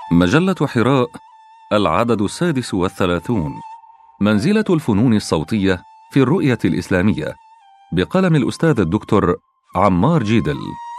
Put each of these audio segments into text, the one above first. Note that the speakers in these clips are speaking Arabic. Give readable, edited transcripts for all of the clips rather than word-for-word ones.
مجلة حراء، العدد 36، منزلة الفنون الصوتية في الرؤية الإسلامية، بقلم الأستاذ الدكتور عمار جيدل.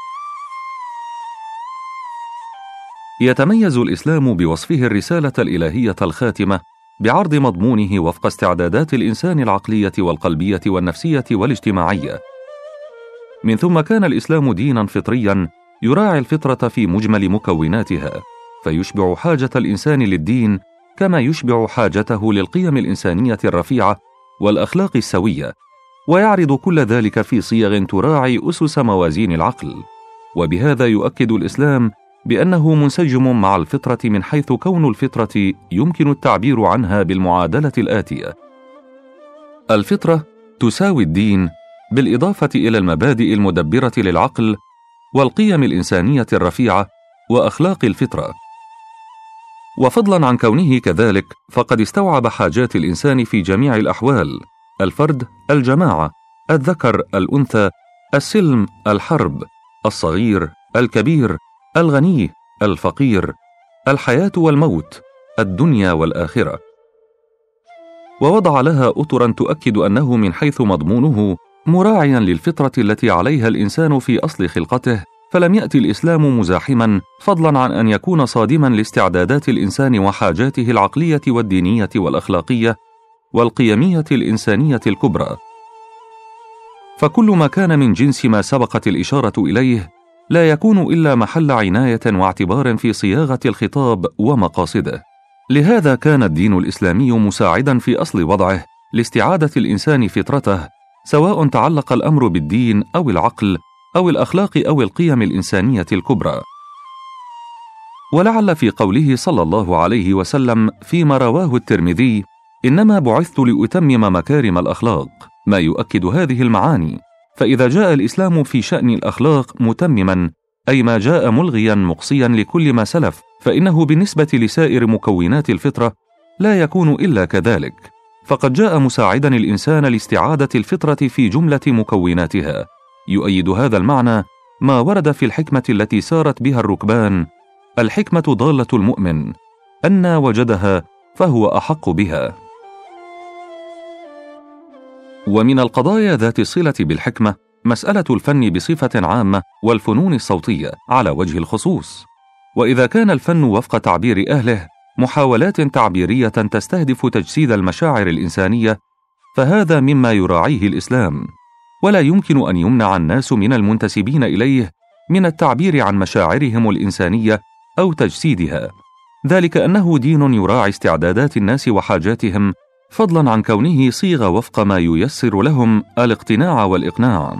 يتميز الإسلام بوصفه الرسالة الإلهية الخاتمة بعرض مضمونه وفق استعدادات الإنسان العقلية والقلبية والنفسية والاجتماعية. من ثم كان الإسلام ديناً فطرياً يراعي الفطرة في مجمل مكوناتها، فيشبع حاجة الإنسان للدين كما يشبع حاجته للقيم الإنسانية الرفيعة والأخلاق السوية، ويعرض كل ذلك في صيغ تراعي أسس موازين العقل. وبهذا يؤكد الإسلام بأنه منسجم مع الفطرة، من حيث كون الفطرة يمكن التعبير عنها بالمعادلة الآتية: الفطرة تساوي الدين بالإضافة إلى المبادئ المدبرة للعقل والقيم الإنسانية الرفيعة وأخلاق الفطرة. وفضلاً عن كونه كذلك، فقد استوعب حاجات الإنسان في جميع الأحوال: الفرد، الجماعة، الذكر، الأنثى، السلم، الحرب، الصغير، الكبير، الغني، الفقير، الحياة والموت، الدنيا والآخرة. ووضع لها أطراً تؤكد أنه من حيث مضمونه مراعياً للفطرة التي عليها الإنسان في أصل خلقته، فلم يأتي الإسلام مزاحماً، فضلاً عن أن يكون صادماً لاستعدادات الإنسان وحاجاته العقلية والدينية والأخلاقية والقيمية الإنسانية الكبرى. فكل ما كان من جنس ما سبقت الإشارة إليه لا يكون إلا محل عناية واعتبار في صياغة الخطاب ومقاصده. لهذا كان الدين الإسلامي مساعداً في أصل وضعه لاستعادة الإنسان فطرته، سواء تعلق الأمر بالدين أو العقل أو الأخلاق أو القيم الإنسانية الكبرى. ولعل في قوله صلى الله عليه وسلم فيما رواه الترمذي: إنما بعثت لأتمم مكارم الأخلاق، ما يؤكد هذه المعاني. فإذا جاء الإسلام في شأن الأخلاق متمما، أي ما جاء ملغيا مقصيا لكل ما سلف، فإنه بالنسبة لسائر مكونات الفطرة لا يكون إلا كذلك، فقد جاء مساعدا الإنسان لاستعادة الفطرة في جملة مكوناتها. يؤيد هذا المعنى ما ورد في الحكمة التي سارت بها الركبان: الحكمة ضالة المؤمن، أن وجدها فهو أحق بها. ومن القضايا ذات الصلة بالحكمة مسألة الفن بصفة عامة والفنون الصوتية على وجه الخصوص. وإذا كان الفن وفق تعبير أهله محاولات تعبيرية تستهدف تجسيد المشاعر الإنسانية، فهذا مما يراعيه الإسلام، ولا يمكن أن يمنع الناس من المنتسبين إليه من التعبير عن مشاعرهم الإنسانية أو تجسيدها، ذلك أنه دين يراعي استعدادات الناس وحاجاتهم، فضلاً عن كونه صيغ وفق ما ييسر لهم الاقتناع والإقناع.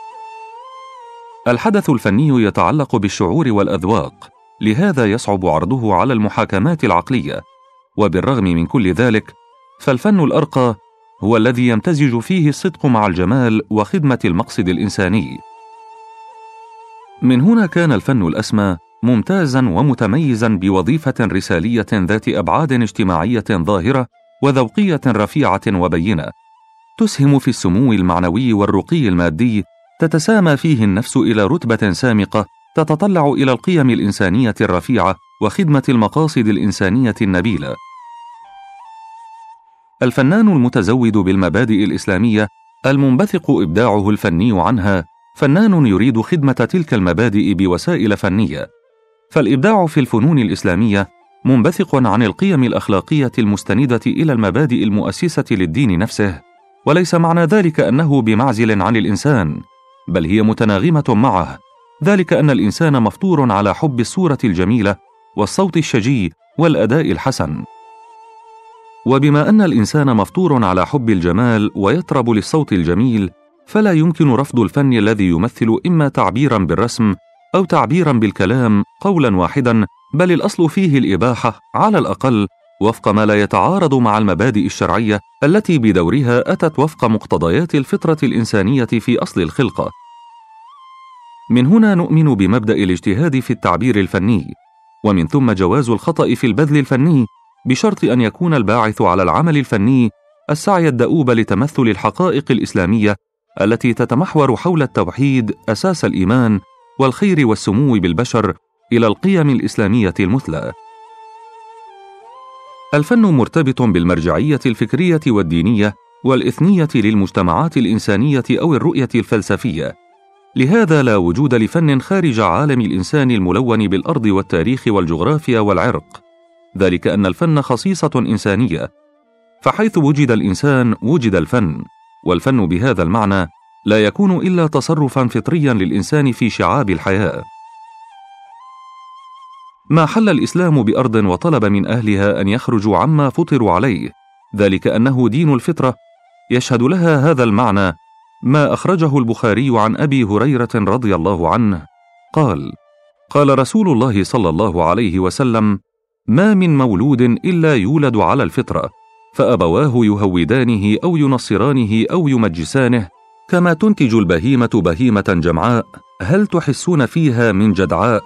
الحدث الفني يتعلق بالشعور والأذواق، لهذا يصعب عرضه على المحاكمات العقلية. وبالرغم من كل ذلك، فالفن الأرقى هو الذي يمتزج فيه الصدق مع الجمال وخدمة المقصد الإنساني. من هنا كان الفن الأسمى ممتازاً ومتميزاً بوظيفة رسالية ذات أبعاد اجتماعية ظاهرة وذوقية رفيعة وبينة، تسهم في السمو المعنوي والرقي المادي، تتسامى فيه النفس إلى رتبة سامقة تتطلع إلى القيم الإنسانية الرفيعة وخدمة المقاصد الإنسانية النبيلة. الفنان المتزود بالمبادئ الإسلامية المنبثق إبداعه الفني عنها فنان يريد خدمة تلك المبادئ بوسائل فنية. فالإبداع في الفنون الإسلامية منبثق عن القيم الأخلاقية المستندة إلى المبادئ المؤسسة للدين نفسه، وليس معنى ذلك أنه بمعزل عن الإنسان، بل هي متناغمة معه، ذلك أن الإنسان مفطور على حب الصورة الجميلة والصوت الشجي والأداء الحسن. وبما أن الإنسان مفطور على حب الجمال ويطرب للصوت الجميل، فلا يمكن رفض الفن الذي يمثل إما تعبيراً بالرسم أو تعبيراً بالكلام قولاً واحداً، بل الأصل فيه الإباحة على الأقل، وفق ما لا يتعارض مع المبادئ الشرعية التي بدورها أتت وفق مقتضيات الفطرة الإنسانية في أصل الخلقة. من هنا نؤمن بمبدأ الاجتهاد في التعبير الفني، ومن ثم جواز الخطأ في البذل الفني، بشرط أن يكون الباعث على العمل الفني السعي الدؤوب لتمثل الحقائق الإسلامية التي تتمحور حول التوحيد أساس الإيمان والخير والسمو بالبشر إلى القيم الإسلامية المثلى. الفن مرتبط بالمرجعية الفكرية والدينية والإثنية للمجتمعات الإنسانية أو الرؤية الفلسفية، لهذا لا وجود لفن خارج عالم الإنسان الملون بالأرض والتاريخ والجغرافيا والعرق، ذلك أن الفن خصيصة إنسانية، فحيث وجد الإنسان وجد الفن، والفن بهذا المعنى لا يكون إلا تصرفا فطريا للإنسان في شعاب الحياة. ما حل الإسلام بأرض وطلب من أهلها أن يخرجوا عما فطروا عليه، ذلك أنه دين الفطرة، يشهد لها هذا المعنى ما أخرجه البخاري عن أبي هريرة رضي الله عنه قال: قال رسول الله صلى الله عليه وسلم: ما من مولود إلا يولد على الفطرة، فأبواه يهودانه أو ينصرانه أو يمجسانه، كما تنتج البهيمة بهيمة جمعاء، هل تحسون فيها من جدعاء؟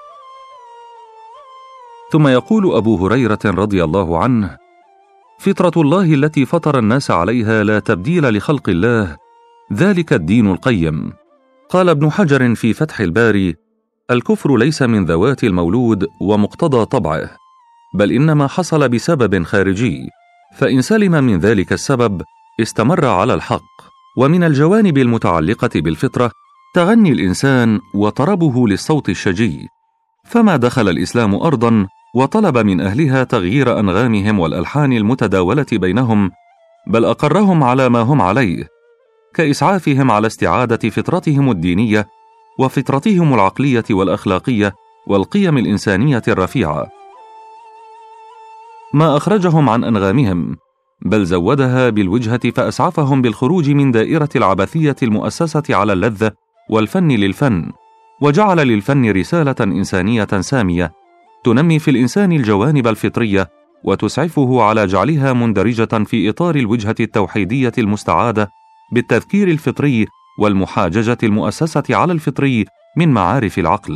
ثم يقول أبو هريرة رضي الله عنه: فطرة الله التي فطر الناس عليها لا تبديل لخلق الله، ذلك الدين القيم. قال ابن حجر في فتح الباري: الكفر ليس من ذوات المولود ومقتضى طبعه، بل إنما حصل بسبب خارجي، فإن سلم من ذلك السبب استمر على الحق. ومن الجوانب المتعلقة بالفطرة تغني الإنسان وطربه للصوت الشجي، فما دخل الإسلام أرضا وطلب من أهلها تغيير أنغامهم والألحان المتداولة بينهم، بل أقرهم على ما هم عليه، كإسعافهم على استعادة فطرتهم الدينية وفطرتهم العقلية والأخلاقية والقيم الإنسانية الرفيعة. ما أخرجهم عن أنغامهم، بل زودها بالوجهة، فأسعفهم بالخروج من دائرة العبثية المؤسسة على اللذة والفن للفن، وجعل للفن رسالة إنسانية سامية تنمي في الإنسان الجوانب الفطرية وتسعفه على جعلها مندرجة في إطار الوجهة التوحيدية المستعادة بالتذكير الفطري والمحاججة المؤسسة على الفطري من معارف العقل.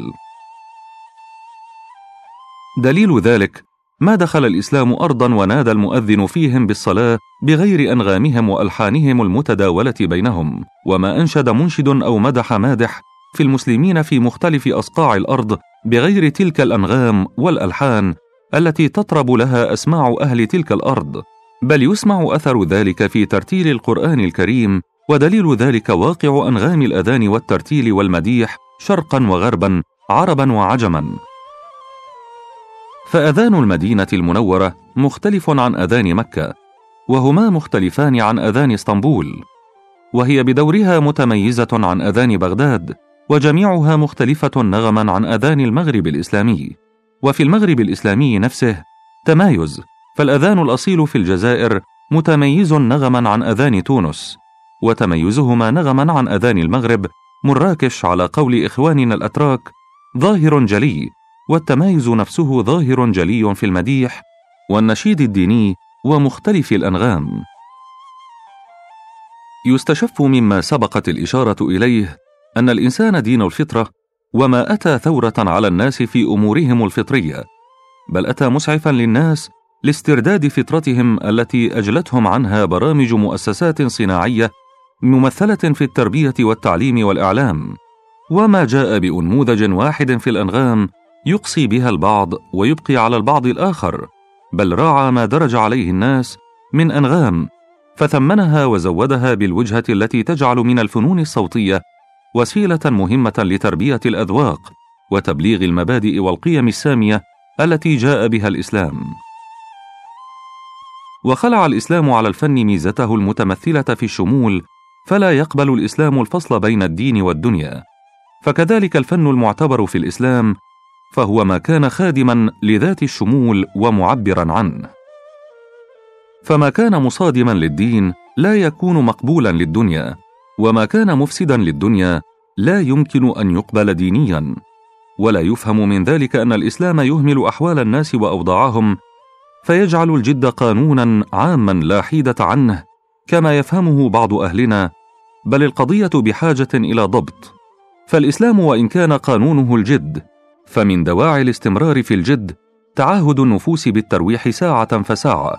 دليل ذلك ما دخل الإسلام أرضا ونادى المؤذن فيهم بالصلاة بغير أنغامهم وألحانهم المتداولة بينهم، وما أنشد منشد أو مدح مادح في المسلمين في مختلف أصقاع الأرض بغير تلك الأنغام والألحان التي تطرب لها أسماع أهل تلك الأرض، بل يسمع أثر ذلك في ترتيل القرآن الكريم، ودليل ذلك واقع أنغام الأذان والترتيل والمديح شرقا وغربا، عربا وعجما. فأذان المدينة المنورة مختلف عن أذان مكة، وهما مختلفان عن أذان اسطنبول، وهي بدورها متميزة عن أذان بغداد، وجميعها مختلفة نغما عن أذان المغرب الإسلامي. وفي المغرب الإسلامي نفسه تمايز، فالأذان الأصيل في الجزائر متميز نغما عن أذان تونس، وتميزهما نغما عن أذان المغرب مراكش على قول إخواننا الأتراك ظاهر جلي، والتمايز نفسه ظاهر جلي في المديح والنشيد الديني ومختلف الأنغام. يستشف مما سبقت الإشارة إليه أن الإنسان دين الفطرة، وما أتى ثورة على الناس في أمورهم الفطرية، بل أتى مسعفا للناس لاسترداد فطرتهم التي أجلتهم عنها برامج مؤسسات صناعية ممثلة في التربية والتعليم والإعلام، وما جاء بأنموذج واحد في الأنغام يقصي بها البعض ويبقي على البعض الآخر، بل راعى ما درج عليه الناس من أنغام فثمنها وزودها بالوجهة التي تجعل من الفنون الصوتية وسيلة مهمة لتربية الأذواق وتبليغ المبادئ والقيم السامية التي جاء بها الإسلام. وخلع الإسلام على الفن ميزته المتمثلة في الشمول، فلا يقبل الإسلام الفصل بين الدين والدنيا، فكذلك الفن المعتبر في الإسلام فهو ما كان خادما لذات الشمول ومعبرا عنه، فما كان مصادما للدين لا يكون مقبولا للدنيا، وما كان مفسدا للدنيا لا يمكن أن يقبل دينيا. ولا يفهم من ذلك أن الإسلام يهمل أحوال الناس وأوضاعهم فيجعل الجد قانونا عاما لا حيدة عنه كما يفهمه بعض أهلنا، بل القضية بحاجة إلى ضبط. فالإسلام وإن كان قانونه الجد، فمن دواعي الاستمرار في الجد تعاهد النفوس بالترويح ساعة فساعة.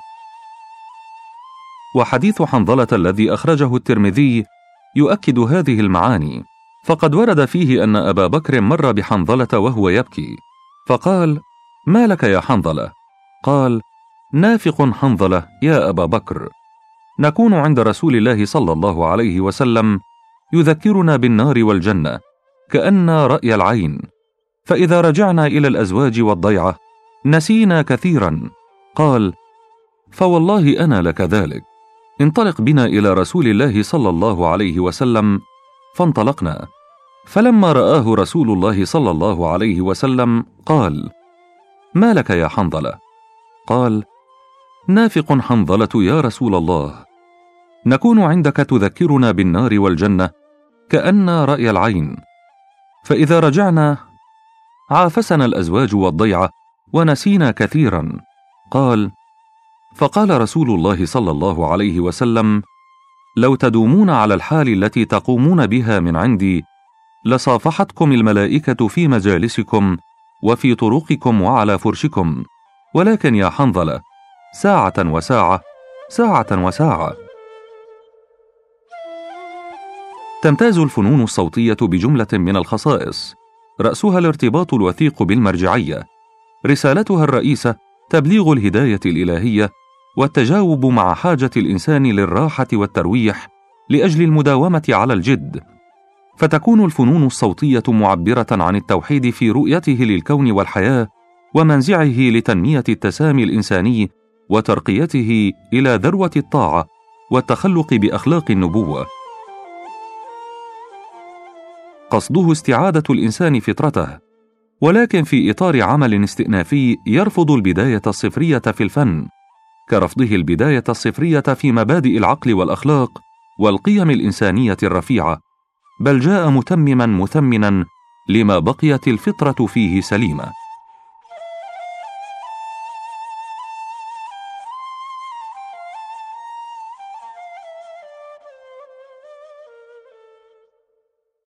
وحديث حنظلة الذي أخرجه الترمذي يؤكد هذه المعاني، فقد ورد فيه أن أبا بكر مر بحنظلة وهو يبكي، فقال: ما لك يا حنظلة؟ قال: نافق حنظلة يا أبا بكر، نكون عند رسول الله صلى الله عليه وسلم يذكرنا بالنار والجنة كأن رأي العين، فإذا رجعنا إلى الأزواج والضيعة نسينا كثيرا. قال: فوالله أنا لك ذلك، انطلق بنا إلى رسول الله صلى الله عليه وسلم. فانطلقنا، فلما رآه رسول الله صلى الله عليه وسلم قال: ما لك يا حنظلة؟ قال: نافق حنظلة يا رسول الله، نكون عندك تذكرنا بالنار والجنة كأن رأي العين، فإذا رجعنا عافسنا الأزواج والضيعة ونسينا كثيرا. قال: فقال رسول الله صلى الله عليه وسلم: لو تدومون على الحال التي تقومون بها من عندي لصافحتكم الملائكة في مجالسكم وفي طرقكم وعلى فرشكم، ولكن يا حنظلة ساعة وساعة، ساعة وساعة. تمتاز الفنون الصوتية بجملة من الخصائص، رأسها الارتباط الوثيق بالمرجعية، رسالتها الرئيسة تبليغ الهداية الإلهية والتجاوب مع حاجة الإنسان للراحة والترويح لأجل المداومة على الجد، فتكون الفنون الصوتية معبرة عن التوحيد في رؤيته للكون والحياة ومنزعه لتنمية التسامي الإنساني وترقيته إلى ذروة الطاعة والتخلق بأخلاق النبوة. قصده استعادة الإنسان فطرته، ولكن في إطار عمل استئنافي يرفض البداية الصفرية في الفن، كرفضه البداية الصفرية في مبادئ العقل والأخلاق والقيم الإنسانية الرفيعة، بل جاء متمما مثمنا لما بقيت الفطرة فيه سليمة.